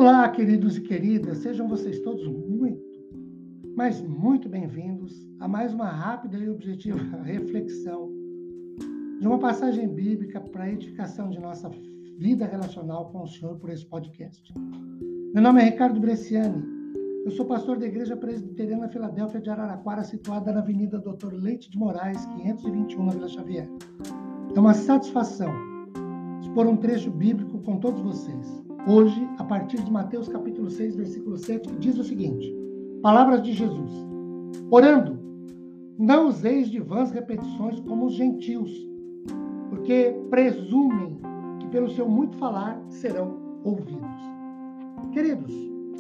Olá, queridos e queridas, sejam vocês todos muito, mas muito bem-vindos a mais uma rápida e objetiva reflexão de uma passagem bíblica para a edificação de nossa vida relacional com o Senhor por esse podcast. Meu nome é Ricardo Bresciani, eu sou pastor da Igreja Presbiteriana Filadélfia de Araraquara, situada na Avenida Dr. Leite de Moraes, 521, na Vila Xavier. É uma satisfação expor um trecho bíblico com todos vocês. Hoje, a partir de Mateus capítulo 6, versículo 7, que diz o seguinte: palavras de Jesus: orando, não useis de vãs repetições como os gentios, porque presumem que pelo seu muito falar serão ouvidos. Queridos,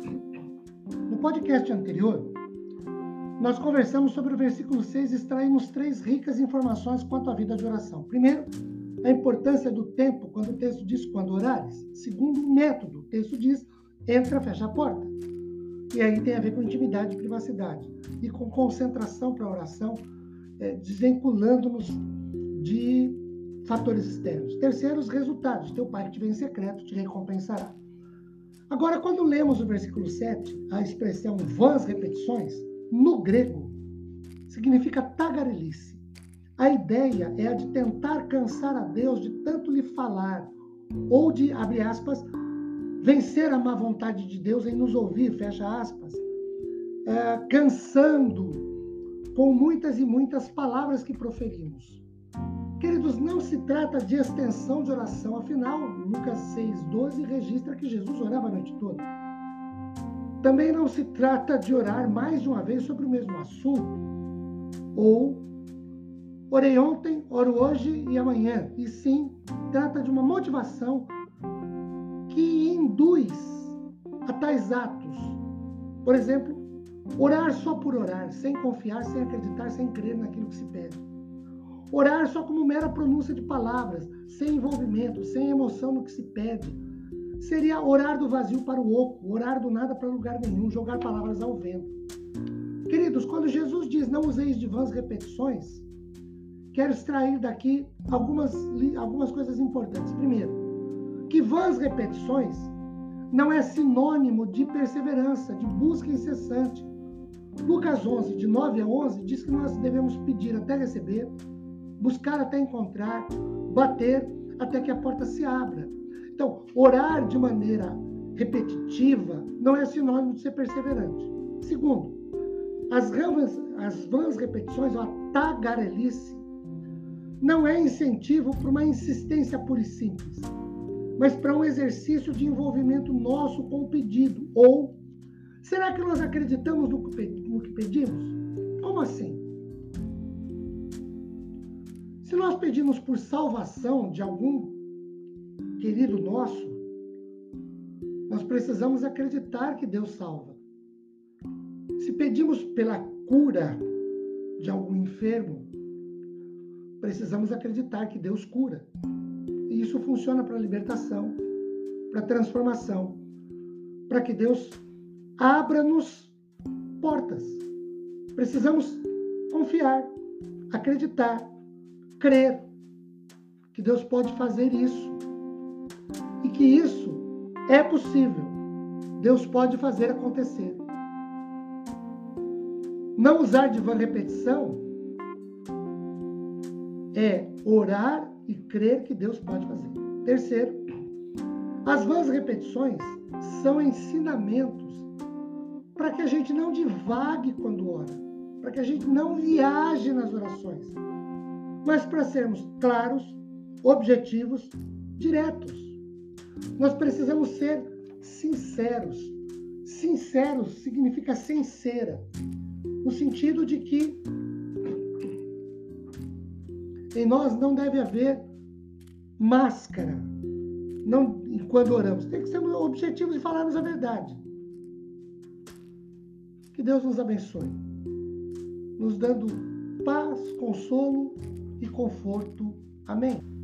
no podcast anterior, nós conversamos sobre o versículo 6 e extraímos 3 ricas informações quanto à vida de oração. Primeiro, a importância do tempo, quando o texto diz quando orares. Segundo, o método, o texto diz entra, fecha a porta. E aí tem a ver com intimidade e privacidade. E com concentração para a oração, desvinculando-nos de fatores externos. Terceiro, os resultados. Teu pai que te vê em secreto te recompensará. Agora, quando lemos o versículo 7, a expressão vãs repetições, no grego, significa tagarelice. A ideia é a de tentar cansar a Deus de tanto lhe falar, ou de, abre aspas, vencer a má vontade de Deus em nos ouvir, fecha aspas, cansando com muitas e muitas palavras que proferimos. Queridos, não se trata de extensão de oração, afinal, Lucas 6,12 registra que Jesus orava a noite toda. Também não se trata de orar mais de uma vez sobre o mesmo assunto, ou orei ontem, oro hoje e amanhã. E sim, trata de uma motivação que induz a tais atos. Por exemplo, orar só por orar, sem confiar, sem acreditar, sem crer naquilo que se pede. Orar só como mera pronúncia de palavras, sem envolvimento, sem emoção no que se pede. Seria orar do vazio para o oco, orar do nada para lugar nenhum, jogar palavras ao vento. Queridos, quando Jesus diz não useis de vãs repetições, quero extrair daqui algumas coisas importantes. Primeiro, que vãs repetições não é sinônimo de perseverança, de busca incessante. Lucas 11, de 9 a 11, diz que nós devemos pedir até receber, buscar até encontrar, bater até que a porta se abra. Então, orar de maneira repetitiva não é sinônimo de ser perseverante. Segundo, as vãs repetições, ou a tagarelice, não é incentivo para uma insistência pura e simples, mas para um exercício de envolvimento nosso com o pedido. Ou, será que nós acreditamos no que pedimos? Como assim? Se nós pedimos por salvação de algum querido nosso, nós precisamos acreditar que Deus salva. Se pedimos pela cura de algum enfermo, precisamos acreditar que Deus cura. E isso funciona para a libertação, para a transformação, para que Deus abra-nos portas. Precisamos confiar, acreditar, crer que Deus pode fazer isso. E que isso é possível. Deus pode fazer acontecer. Não usar de vã repetição é orar e crer que Deus pode fazer. Terceiro, as vãs repetições são ensinamentos para que a gente não divague quando ora, para que a gente não viaje nas orações, mas para sermos claros, objetivos, diretos. Nós precisamos ser sinceros. Sinceros significa sincera, no sentido de que em nós não deve haver máscara quando oramos. Tem que ser um objetivo de falarmos a verdade. Que Deus nos abençoe, nos dando paz, consolo e conforto. Amém.